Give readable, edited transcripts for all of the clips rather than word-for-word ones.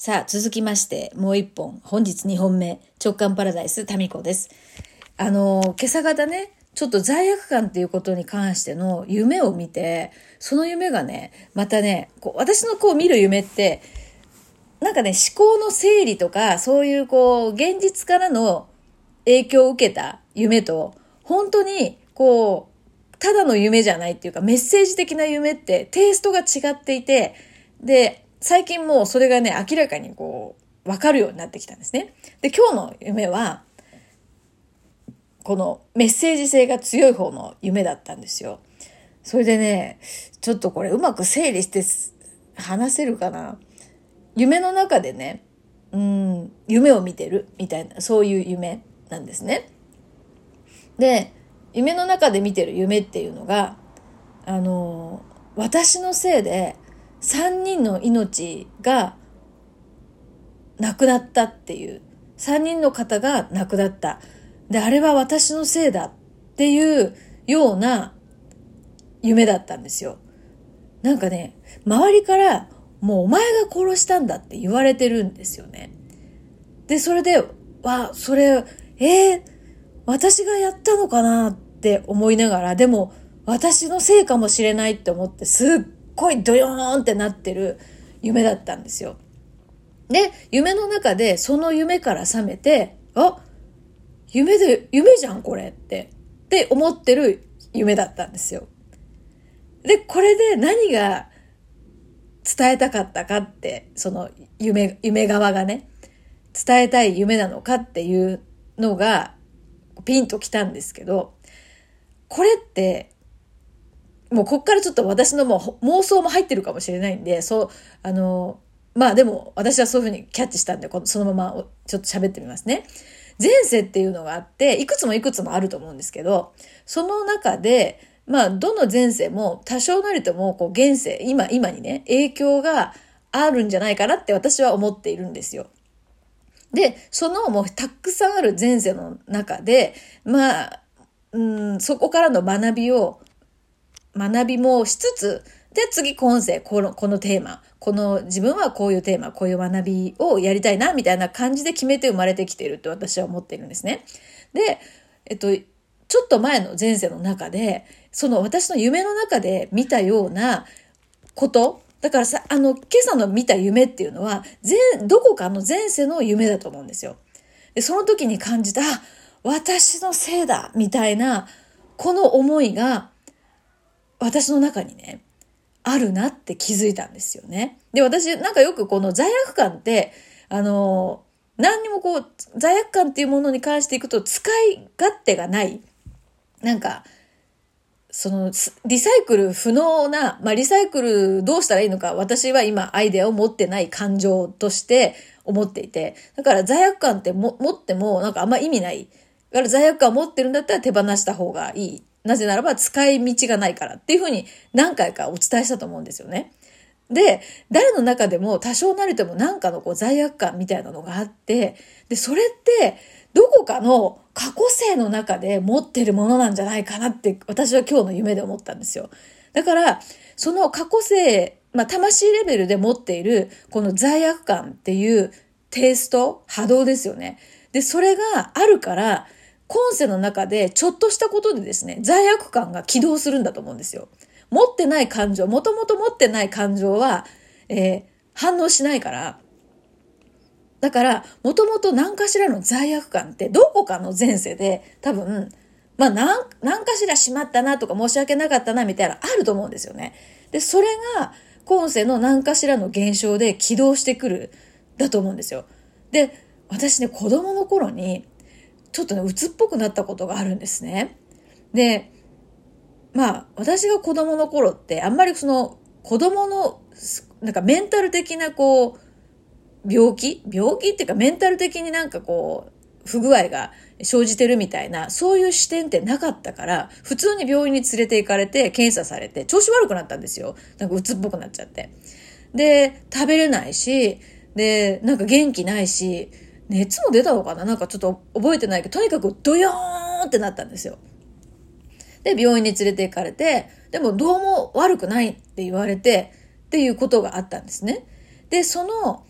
さあ続きましてもう一本、本日2本目、直感パラダイスタミコです。今朝方ね、ちょっと罪悪感っていうことに関しての夢を見て、その夢がね、またね、私の見る夢ってなんかね、思考の整理とかそういう現実からの影響を受けた夢と、本当にただの夢じゃないっていうか、メッセージ的な夢ってテイストが違っていて、で最近もうそれがね、明らかに分かるようになってきたんですね。で、今日の夢はこのメッセージ性が強い方の夢だったんですよ。それでね、ちょっとこれうまく整理して話せるかな。夢の中でね、夢を見てるみたいな、そういう夢なんですね。で、夢の中で見てる夢っていうのが、私のせいで3人の命が亡くなったっていう、3人の方が亡くなった。で、あれは私のせいだっていうような夢だったんですよ。なんかね、周りからもうお前が殺したんだって言われてるんですよね。で、それで、それ、私がやったのかなって思いながら、でも私のせいかもしれないって思って、すっごいドヨーンってなってる夢だったんですよ。で、夢の中でその夢から覚めて、夢じゃんこれって思ってる夢だったんですよ。で、これで何が伝えたかったかって、その夢側がね、伝えたい夢なのかっていうのがピンときたんですけど、これってもうこっからちょっと私のもう妄想も入ってるかもしれないんで、でも私はそういうふうにキャッチしたんで、そのままちょっと喋ってみますね。前世っていうのがあって、いくつもあると思うんですけど、その中でどの前世も多少なりとも現世、今にね、影響があるんじゃないかなって私は思っているんですよ。で、そのもうたくさんある前世の中で、そこからの学びもしつつ、で、次今世、このテーマ、自分はこういうテーマ、こういう学びをやりたいな、みたいな感じで決めて生まれてきていると私は思っているんですね。で、ちょっと前の前世の中で、その私の夢の中で見たようなこと、だからさ、今朝の見た夢っていうのは、どこかの前世の夢だと思うんですよ。で、その時に感じた、私のせいだみたいな、この思いが、私の中にね、あるなって気づいたんですよね。で、私、なんかよくこの罪悪感って、何にも罪悪感っていうものに関していくと、使い勝手がない。なんか、リサイクル不能な、リサイクルどうしたらいいのか、私は今アイデアを持ってない感情として思っていて、だから罪悪感って持ってもなんかあんま意味ない。だから罪悪感を持ってるんだったら手放した方がいい。なぜならば使い道がないからっていうふうに何回かお伝えしたと思うんですよね。で、誰の中でも多少なりとも何かの罪悪感みたいなのがあって、で、それってどこかの過去世の中で持ってるものなんじゃないかなって私は今日の夢で思ったんですよ。だから、その過去世、魂レベルで持っているこの罪悪感っていうテイスト、波動ですよね。で、それがあるから、今世の中でちょっとしたことでですね、罪悪感が起動するんだと思うんですよ。持ってない感情、もともと持ってない感情は、反応しないから、だから、もともと何かしらの罪悪感ってどこかの前世で多分、何かしらしまったなとか申し訳なかったなみたいなあると思うんですよね。で、それが今世の何かしらの現象で起動してくるだと思うんですよ。で、私ね、子供の頃にちょっとね、鬱っぽくなったことがあるんですね。で、私が子供の頃ってあんまり子供のなんかメンタル的な病気っていうかメンタル的になんか不具合が生じてるみたいな、そういう視点ってなかったから、普通に病院に連れて行かれて検査されて調子悪くなったんですよ。なんか鬱っぽくなっちゃって。で、食べれないし、で、なんか元気ないし、熱も出たのかな、なんかちょっと覚えてないけど、とにかくドヨーンってなったんですよ。で、病院に連れて行かれて、でもどうも悪くないって言われてっていうことがあったんですね。で、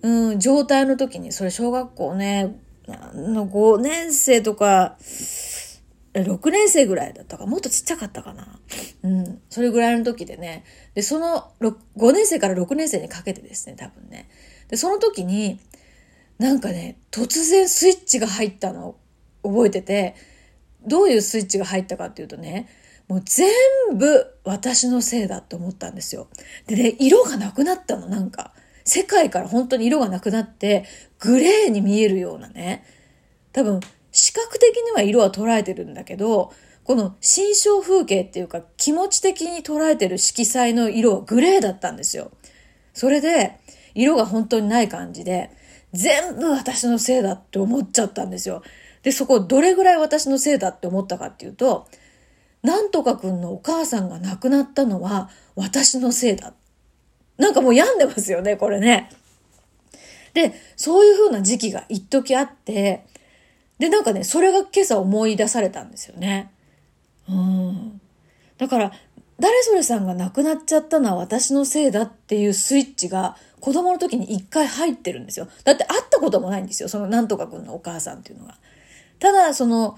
状態の時に、それ小学校ね、5年生とか、6年生ぐらいだったか、もっとちっちゃかったかな。それぐらいの時でね。で、その5年生から6年生にかけてですね、多分ね。で、その時に、なんかね、突然スイッチが入ったのを覚えてて、どういうスイッチが入ったかっていうとね、もう全部私のせいだと思ったんですよ。でね、色がなくなったの、なんか。世界から本当に色がなくなって、グレーに見えるようなね。多分、視覚的には色は捉えてるんだけど、この心象風景っていうか気持ち的に捉えてる色彩の色はグレーだったんですよ。それで、色が本当にない感じで、全部私のせいだって思っちゃったんですよ。で、そこどれぐらい私のせいだって思ったかっていうと、なんとかくんのお母さんが亡くなったのは私のせいだ。なんかもう病んでますよね、これね。で、そういう風な時期が一時あって、で、なんかね、それが今朝思い出されたんですよね。だから、誰それさんが亡くなっちゃったのは私のせいだっていうスイッチが子供の時に一回入ってるんですよ。だって会ったこともないんですよ。そのなんとかくんのお母さんっていうのが。ただ、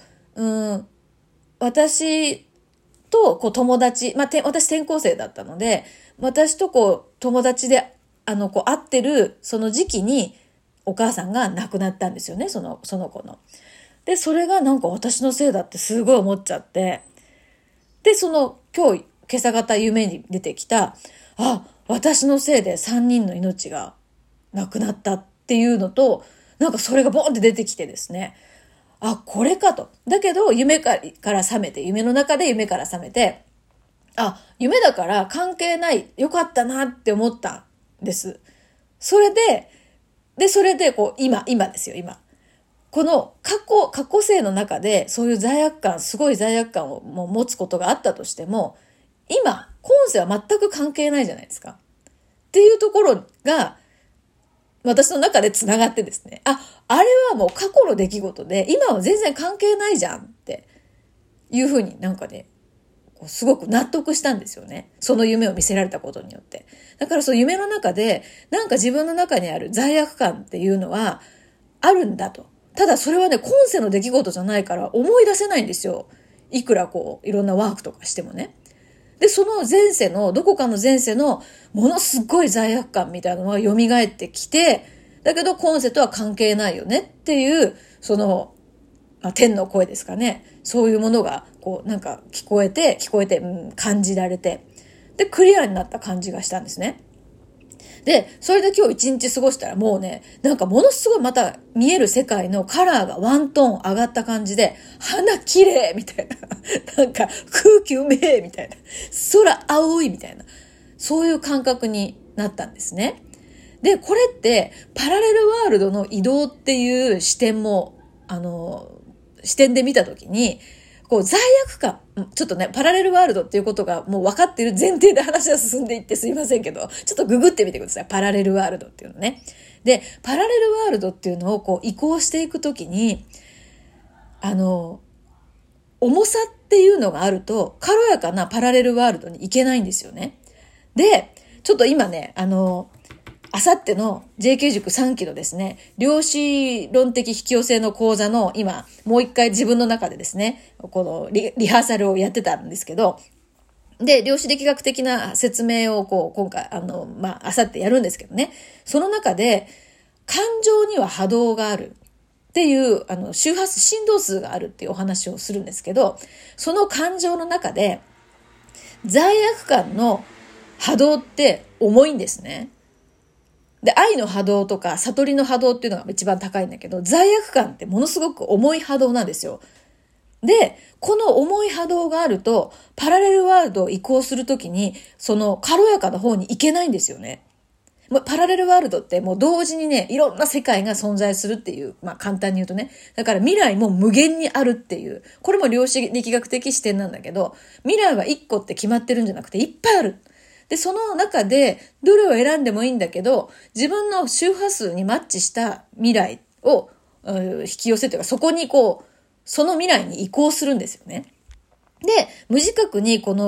私とこう友達、私転校生だったので、私とこう友達で、こう会ってるその時期にお母さんが亡くなったんですよね。その子の。で、それがなんか私のせいだってすごい思っちゃって、で、今朝方夢に出てきた、私のせいで3人の命が亡くなったっていうのと、なんかそれがボンって出てきてですね、これかと。だけど、夢から覚めて、夢の中で夢から覚めて、夢だから関係ない、よかったなって思ったんです。それで、こう、今ですよ、今。この過去生の中でそういうすごい罪悪感を持つことがあったとしても、今、今世は全く関係ないじゃないですか。っていうところが、私の中で繋がってですね、あれはもう過去の出来事で、今は全然関係ないじゃんっていうふうになんかね、すごく納得したんですよね。その夢を見せられたことによって。だからその夢の中で、なんか自分の中にある罪悪感っていうのはあるんだと。ただそれはね、今世の出来事じゃないから思い出せないんですよ。いくらこう、いろんなワークとかしてもね。で、そのどこかの前世のものすごい罪悪感みたいなのが蘇ってきて、だけど今世とは関係ないよねっていう、天の声ですかね。そういうものが、こう、なんか聞こえて、感じられて、で、クリアになった感じがしたんですね。で、それで今日一日過ごしたらもうね、なんかものすごいまた見える世界のカラーがワントーン上がった感じで、花綺麗みたいな。なんか空気うめえみたいな。空青いみたいな。そういう感覚になったんですね。で、これってパラレルワールドの移動っていう視点も、視点で見たときに、こう罪悪感、ちょっとね、パラレルワールドっていうことがもう分かっている前提で話が進んでいってすいませんけど、ちょっとググってみてください。パラレルワールドっていうのね。で、パラレルワールドっていうのをこう移行していくときに、重さっていうのがあると、軽やかなパラレルワールドに行けないんですよね。で、ちょっと今ね、あさっての JK 塾3期のですね、量子論的引き寄せの講座の今、もう一回自分の中でですね、このリハーサルをやってたんですけど、で、量子力学的な説明を今回、あさってやるんですけどね、その中で、感情には波動があるっていう、周波数、振動数があるっていうお話をするんですけど、その感情の中で、罪悪感の波動って重いんですね。で、愛の波動とか悟りの波動っていうのが一番高いんだけど、罪悪感ってものすごく重い波動なんですよ。で、この重い波動があると、パラレルワールドを移行するときに、その軽やかな方に行けないんですよね。パラレルワールドってもう同時にね、いろんな世界が存在するっていう、簡単に言うとね。だから未来も無限にあるっていう、これも量子力学的視点なんだけど、未来は1個って決まってるんじゃなくていっぱいある。で、その中で、どれを選んでもいいんだけど、自分の周波数にマッチした未来を引き寄せというか、そこにその未来に移行するんですよね。で、無自覚にこの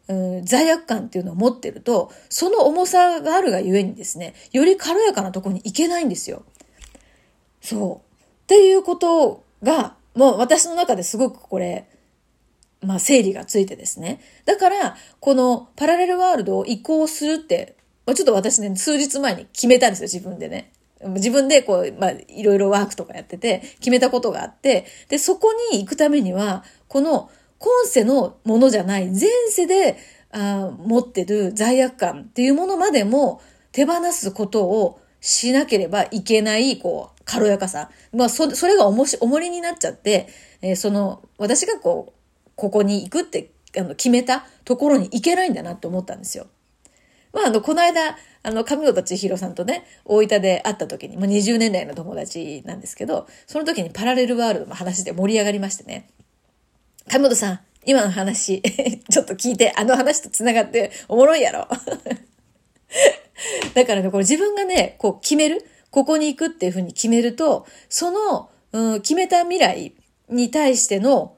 罪悪感っていうのを持ってると、その重さがあるがゆえにですね、より軽やかなところに行けないんですよ。そう。っていうことが、もう私の中ですごくこれ、整理がついてですね。だから、このパラレルワールドを移行するって、ちょっと私ね、数日前に決めたんですよ、自分でね。自分でいろいろワークとかやってて、決めたことがあって、で、そこに行くためには、この今世のものじゃない前世で持ってる罪悪感っていうものまでも手放すことをしなければいけない、軽やかさ。それが重りになっちゃって、私がここに行くって決めたところに行けないんだなって思ったんですよ。この間、上本千尋さんとね、大分で会った時に、20年来の友達なんですけど、その時にパラレルワールドの話で盛り上がりましてね。上本さん、今の話、ちょっと聞いて、話と繋がっておもろいやろ。だからね、これ自分がね、決める、ここに行くっていうふうに決めると、その、決めた未来に対しての、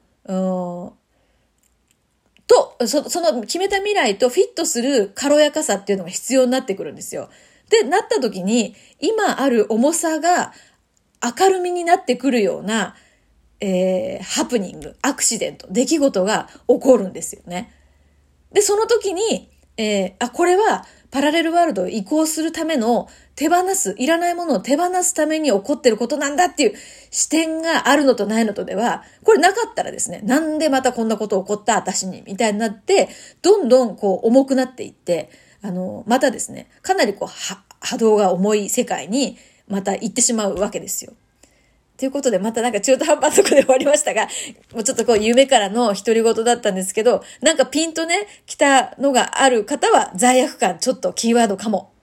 その決めた未来とフィットする軽やかさっていうのが必要になってくるんですよ。で、なった時に、今ある重さが明るみになってくるような、ハプニング、アクシデント、出来事が起こるんですよね。で、その時に、これはパラレルワールドを移行するためのいらないものを手放すために起こってることなんだっていう視点があるのとないのとでは、これなかったらですね、なんでまたこんなこと起こった私に、みたいになって、どんどん重くなっていって、またですね、かなり波動が重い世界にまた行ってしまうわけですよ。ということで、また中途半端なとこで終わりましたが、もうちょっと夢からの独り言だったんですけど、ピンとね、来たのがある方は罪悪感ちょっとキーワードかも